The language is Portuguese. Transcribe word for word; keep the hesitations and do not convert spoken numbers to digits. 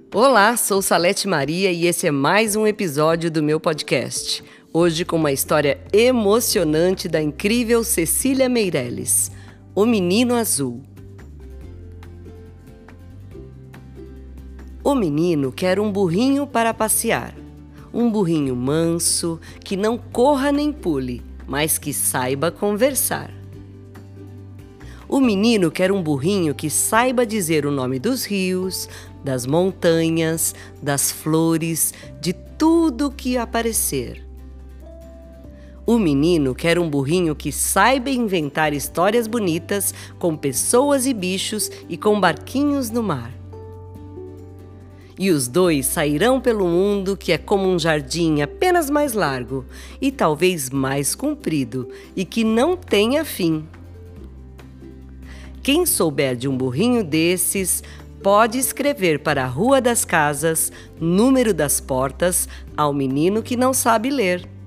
Olá, sou Salete Maria e esse é mais um episódio do meu podcast. Hoje com uma história emocionante da incrível Cecília Meirelles, O Menino Azul. O menino quer um burrinho para passear. Um burrinho manso, que não corra nem pule, mas que saiba conversar. O menino quer um burrinho que saiba dizer o nome dos rios, das montanhas, das flores, de tudo que aparecer. O menino quer um burrinho que saiba inventar histórias bonitas com pessoas e bichos e com barquinhos no mar. E os dois sairão pelo mundo que é como um jardim apenas mais largo e talvez mais comprido e que não tenha fim. Quem souber de um burrinho desses, pode escrever para a Rua das Casas, número das portas, ao menino que não sabe ler.